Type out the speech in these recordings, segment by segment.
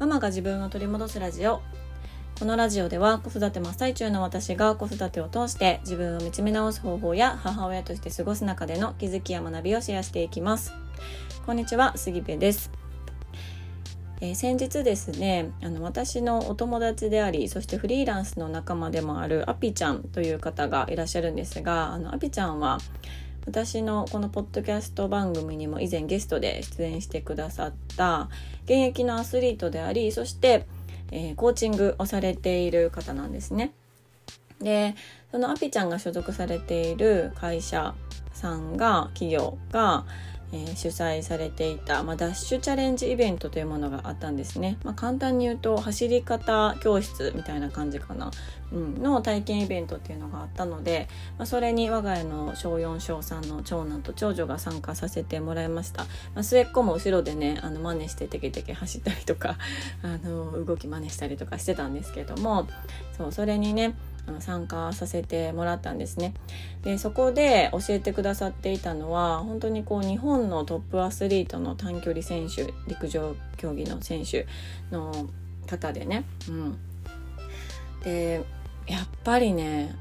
ママが自分を取り戻すラジオ。このラジオでは子育て真っ最中の私が子育てを通して自分を見つめ直す方法や母親として過ごす中での気づきや学びをシェアしていきます。こんにちは、杉部です。先日ですね、私のお友達であり、そしてフリーランスの仲間でもあるアピちゃんという方がいらっしゃるんですが、アピちゃんは私のこのポッドキャスト番組にも以前ゲストで出演してくださった現役のアスリートであり、そして、コーチングをされている方なんですね。で、そのアピちゃんが所属されている会社さんが、企業が、主催されていた、ダッシュチャレンジイベントというものがあったんですね。簡単に言うと走り方教室みたいな感じかな、の体験イベントっていうのがあったので、それに我が家の小4小3の長男と長女が参加させてもらいました。末っ子も後ろでね真似してテケテケ走ったりとか動き真似したりとかしてたんですけども、それにね参加させてもらったんですね。で、そこで教えてくださっていたのは本当に日本のトップアスリートの短距離選手、陸上競技の選手の方でね、でやっぱりね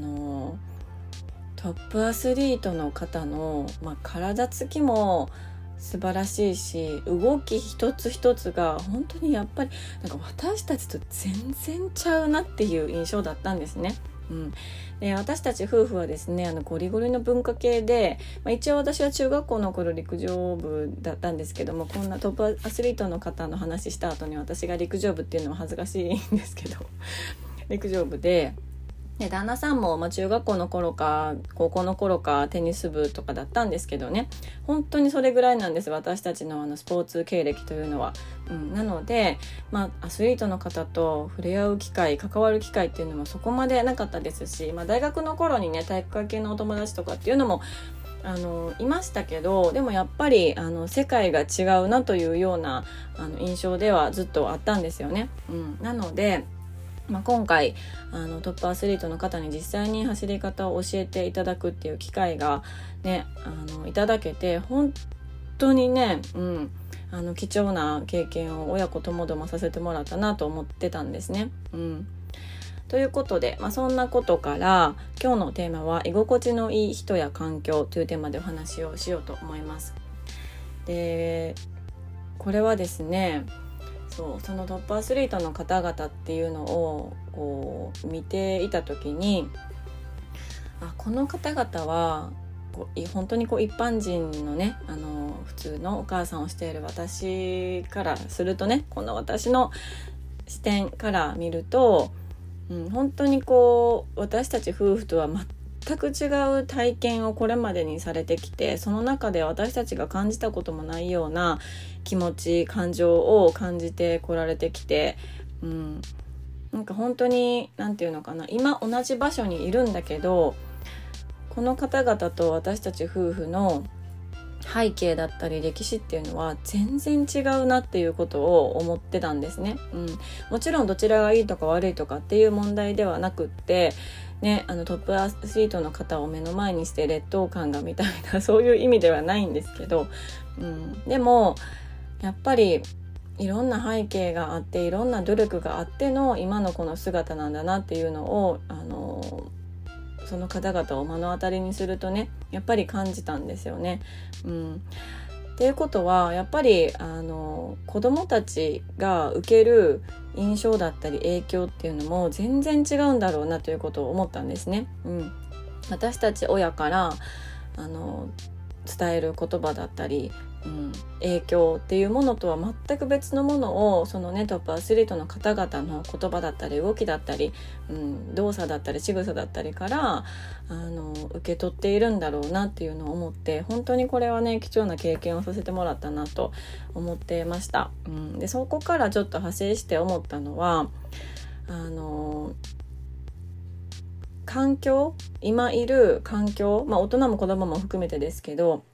トップアスリートの方の、体つきも素晴らしいし、動き一つ一つが本当にやっぱり私たちと全然ちゃうなっていう印象だったんですね。で、私たち夫婦はですねゴリゴリの文化系で、一応私は中学校の頃陸上部だったんですけども、こんなトップアスリートの方の話した後に私が陸上部っていうのは恥ずかしいんですけど陸上部で旦那さんも中学校の頃か高校の頃かテニス部とかだったんですけどね、本当にそれぐらいなんです、私たちのスポーツ経歴というのは。なので、アスリートの方と触れ合う機会、関わる機会っていうのもそこまでなかったですし、大学の頃にね体育会系のお友達とかっていうのもいましたけど、でもやっぱり世界が違うなというような印象ではずっとあったんですよね。なので今回トップアスリートの方に実際に走り方を教えていただくっていう機会がねいただけて、本当にね、貴重な経験を親子ともどもさせてもらったなと思ってたんですね。ということで、そんなことから今日のテーマは居心地のいい人や環境というテーマでお話をしようと思います。で、これはですね、そのトップアスリートの方々っていうのを見ていた時に、この方々は本当に一般人のね普通のお母さんをしている私からするとね、この私の視点から見ると、本当に私たち夫婦とは全く違う体験をこれまでにされてきて、その中で私たちが感じたこともないような気持ち、感情を感じてこられてきて、本当になんていうのかな、今同じ場所にいるんだけど、この方々と私たち夫婦の背景だったり歴史っていうのは全然違うなっていうことを思ってたんですね。もちろんどちらがいいとか悪いとかっていう問題ではなくってね、トップアスリートの方を目の前にして劣等感がみたいなそういう意味ではないんですけど、でもやっぱりいろんな背景があっていろんな努力があっての今のこの姿なんだなっていうのをその方々を目の当たりにするとね、やっぱり感じたんですよね。っていうことはやっぱり子どもたちが受ける印象だったり影響っていうのも全然違うんだろうなということを思ったんですね。私たち親から伝える言葉だったり、影響っていうものとは全く別のものをそのねトップアスリートの方々の言葉だったり動きだったり、動作だったり仕草だったりから受け取っているんだろうなっていうのを思って、本当にこれはね貴重な経験をさせてもらったなと思ってました。でそこからちょっと派生して思ったのは環境、今いる環境、大人も子供も含めてですけど、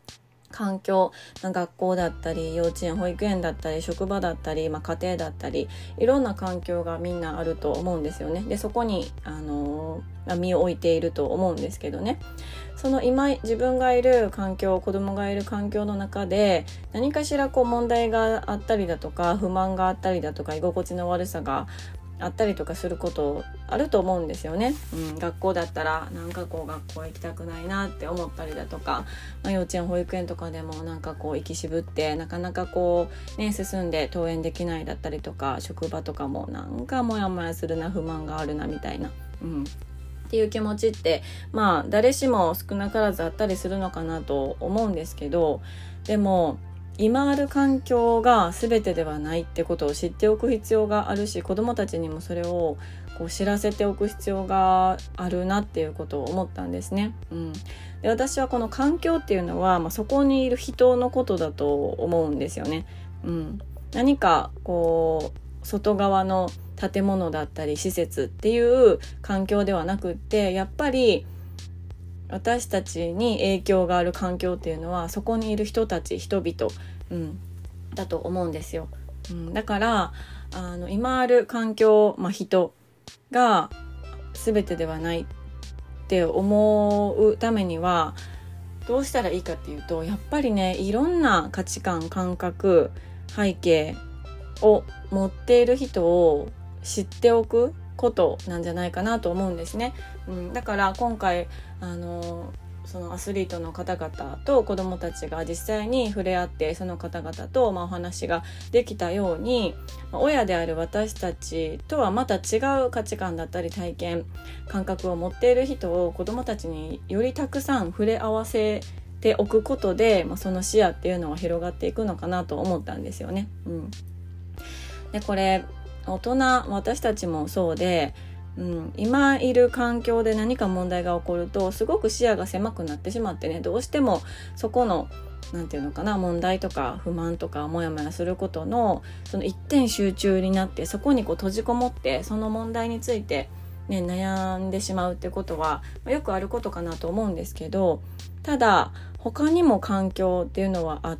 環境、学校だったり幼稚園保育園だったり職場だったり、家庭だったりいろんな環境がみんなあると思うんですよね。でそこに身を置いていると思うんですけどね、その今自分がいる環境、子供がいる環境の中で何かしら問題があったりだとか不満があったりだとか居心地の悪さがあったりとかすることあると思うんですよね。学校だったら学校行きたくないなって思ったりだとか、幼稚園保育園とかでも行き渋ってなかなか進んで登園できないだったりとか、職場とかもモヤモヤするな、不満があるなみたいな、っていう気持ちって誰しも少なからずあったりするのかなと思うんですけど、でも今ある環境が全てではないってことを知っておく必要があるし、子どもたちにもそれを知らせておく必要があるなっていうことを思ったんですね。で私はこの環境っていうのは、そこにいる人のことだと思うんですよね。何か外側の建物だったり施設っていう環境ではなくって、やっぱり私たちに影響がある環境っていうのはそこにいる人たち、人々、だと思うんですよ。だから今ある環境、人が全てではないって思うためにはどうしたらいいかっていうと、やっぱりね、いろんな価値観、感覚、背景を持っている人を知っておくことなんじゃないかなと思うんですね。だから今回そのアスリートの方々と子どもたちが実際に触れ合って、その方々とお話ができたように、親である私たちとはまた違う価値観だったり体験、感覚を持っている人を子どもたちによりたくさん触れ合わせておくことで、その視野っていうのは広がっていくのかなと思ったんですよね。でこれ大人、私たちもそうで、今いる環境で何か問題が起こるとすごく視野が狭くなってしまってね、どうしてもそこの問題とか不満とかモヤモヤすることのその一点集中になって、そこに閉じこもってその問題について、悩んでしまうってことはよくあることかなと思うんですけど、ただ他にも環境っていうのはあって、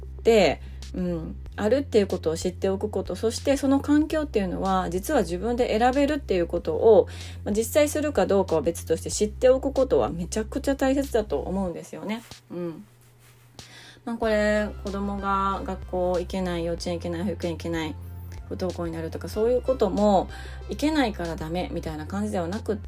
あるっていうことを知っておくこと、そしてその環境っていうのは実は自分で選べるっていうことを、実際するかどうかは別として知っておくことはめちゃくちゃ大切だと思うんですよね。これ子供が学校行けない、幼稚園行けない、保育園行けない、不登校になるとかそういうことも行けないからダメみたいな感じではなくって、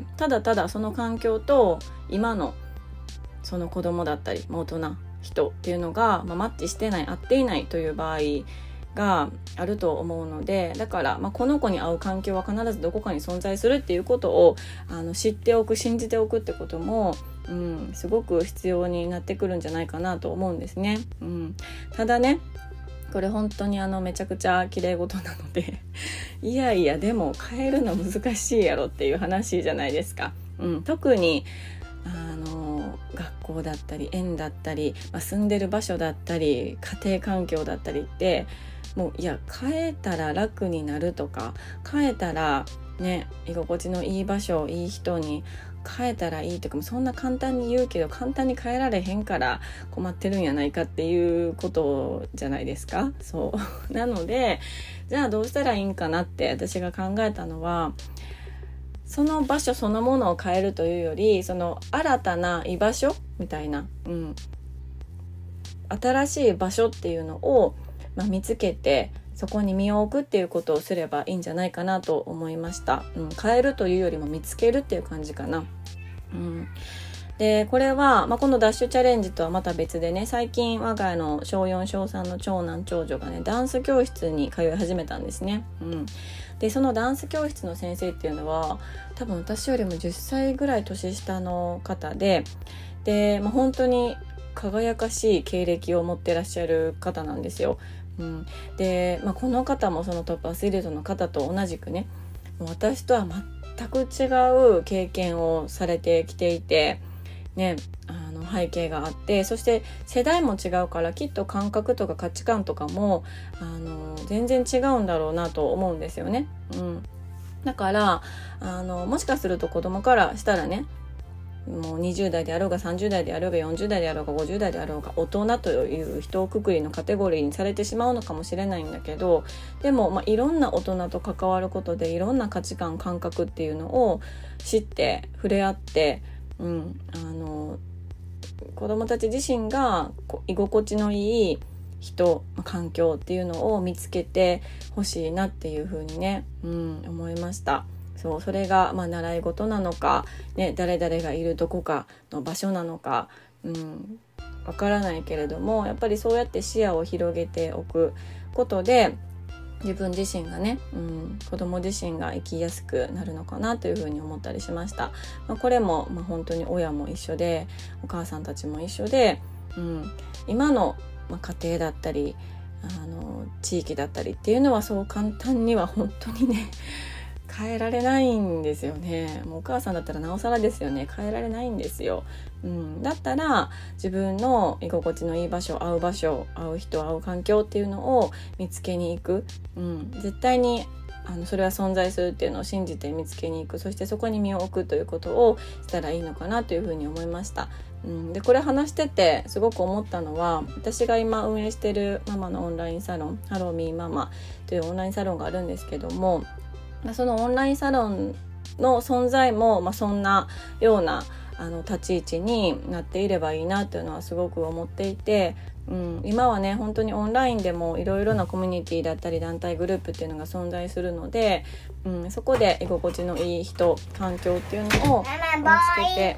ただただその環境と今のその子供だったり大人人っていうのが、マッチしてない、合っていないという場合があると思うので、だから、この子に合う環境は必ずどこかに存在するっていうことを知っておく、信じておくってことも、すごく必要になってくるんじゃないかなと思うんですね。ただね、これ本当にめちゃくちゃ綺麗事なのでいやでも変えるの難しいやろっていう話じゃないですか。特に学校だったり園だったり、住んでる場所だったり家庭環境だったりって、もう変えたら楽になるとか、変えたらね居心地のいい場所、いい人に変えたらいいとかもそんな簡単に言うけど、簡単に変えられへんから困ってるんやないかっていうことじゃないですか。そうなので、じゃあどうしたらいいんかなって私が考えたのは、その場所そのものを変えるというより、その新たな居場所みたいな、新しい場所っていうのを、見つけてそこに身を置くっていうことをすればいいんじゃないかなと思いました。変えるというよりも見つけるっていう感じかな。でこれは、このダッシュチャレンジとはまた別でね、最近我が家の小4小3の長男長女がねダンス教室に通い始めたんですね。でそのダンス教室の先生っていうのは多分私よりも10歳ぐらい年下の方で、本当に輝かしい経歴を持ってらっしゃる方なんですよ。で、この方もそのトップアスリートの方と同じくね、私とは全く違う経験をされてきていてね、背景があって、そして世代も違うからきっと感覚とか価値観とかも全然違うんだろうなと思うんですよね。だからもしかすると子供からしたらね、 もう20代であろうが30代であろうが40代であろうが50代であろうが大人という人をくくりのカテゴリーにされてしまうのかもしれないんだけど、でも、いろんな大人と関わることでいろんな価値観感覚っていうのを知って触れ合って、子どもたち自身が居心地のいい人、環境っていうのを見つけてほしいなっていうふうにね、思いました。それが習い事なのか、ね、誰々がいるどこかの場所なのか、わからないけれども、やっぱりそうやって視野を広げておくことで自分自身がね、子供自身が生きやすくなるのかなというふうに思ったりしました。これも、本当に親も一緒でお母さんたちも一緒で、今の、家庭だったり地域だったりっていうのはそう簡単には本当にね変えられないんですよね。もうお母さんだったらなおさらですよね。変えられないんですよ。だったら自分の居心地のいい場所、会う場所、会う人、会う環境っていうのを見つけに行く、絶対にそれは存在するっていうのを信じて見つけに行く、そしてそこに身を置くということをしたらいいのかなというふうに思いました。でこれ話しててすごく思ったのは、私が今運営しているママのオンラインサロン、ハローミーママというオンラインサロンがあるんですけども、そのオンラインサロンの存在も、そんなような立ち位置になっていればいいなというのはすごく思っていて、今はね本当にオンラインでもいろいろなコミュニティだったり団体グループっていうのが存在するので、そこで居心地のいい人、環境っていうのを見つけて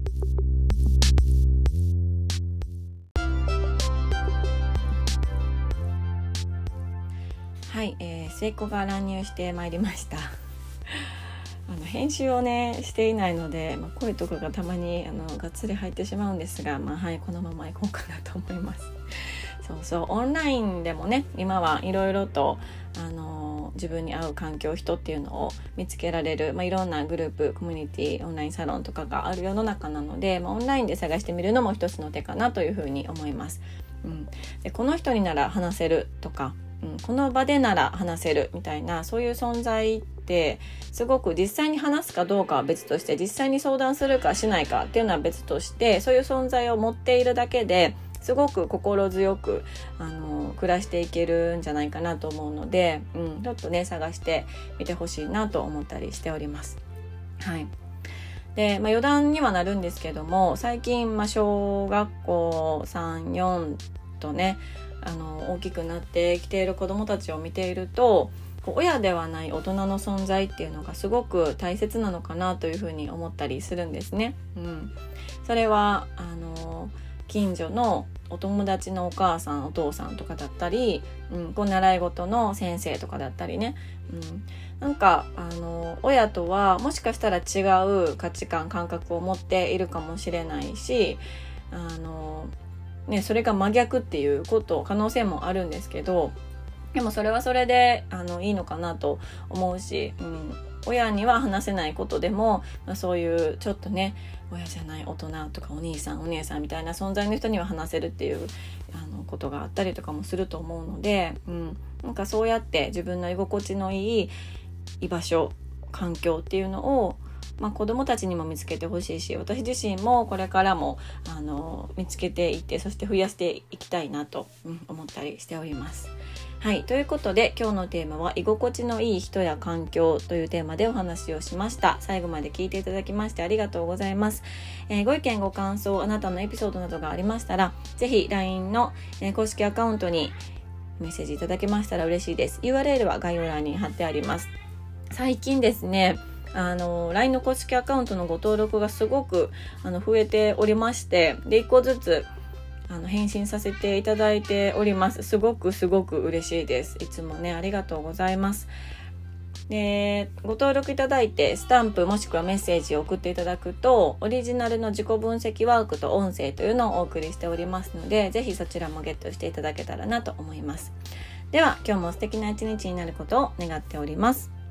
はい、末っ子が乱入してまいりました編集をねしていないので、声とかがたまにがっつり入ってしまうんですが、このままいこうかなと思います。オンラインでもね今はいろいろと自分に合う環境、人っていうのを見つけられる、いろんなグループ、コミュニティ、オンラインサロンとかがある世の中なので、オンラインで探してみるのも一つの手かなというふうに思います。でこの人になら話せるとか、この場でなら話せるみたいな、そういう存在ってすごく実際に話すかどうかは別として、実際に相談するかしないかっていうのは別として、そういう存在を持っているだけですごく心強く暮らしていけるんじゃないかなと思うので、ちょっとね探してみてほしいなと思ったりしております。はい。で、余談にはなるんですけども、最近、小学校3、4とね大きくなってきている子どもたちを見ていると、親ではない大人の存在っていうのがすごく大切なのかなというふうに思ったりするんですね。それは近所のお友達のお母さん、お父さんとかだったり、習い事の先生とかだったりね、親とはもしかしたら違う価値観、感覚を持っているかもしれないし、それが真逆っていう可能性もあるんですけど、でもそれはそれでいいのかなと思うし、親には話せないことでも、そういうちょっとね親じゃない大人とかお兄さんお姉さんみたいな存在の人には話せるっていうことがあったりとかもすると思うので、そうやって自分の居心地のいい居場所、環境っていうのを子どもたちにも見つけてほしいし、私自身もこれからも見つけていって、そして増やしていきたいなと、思ったりしております。はい、ということで今日のテーマは居心地のいい人や環境というテーマでお話をしました。最後まで聞いていただきましてありがとうございます。ご意見ご感想、あなたのエピソードなどがありましたら、ぜひ LINE の、公式アカウントにメッセージいただけましたら嬉しいです。 URL は概要欄に貼ってあります。最近ですねLINE の公式アカウントのご登録がすごく増えておりまして、で1個ずつ返信させていただいております。すごく嬉しいです。いつもねありがとうございます。でご登録いただいてスタンプもしくはメッセージを送っていただくと、オリジナルの自己分析ワークと音声というのをお送りしておりますので、ぜひそちらもゲットしていただけたらなと思います。では今日も素敵な一日になることを願っております。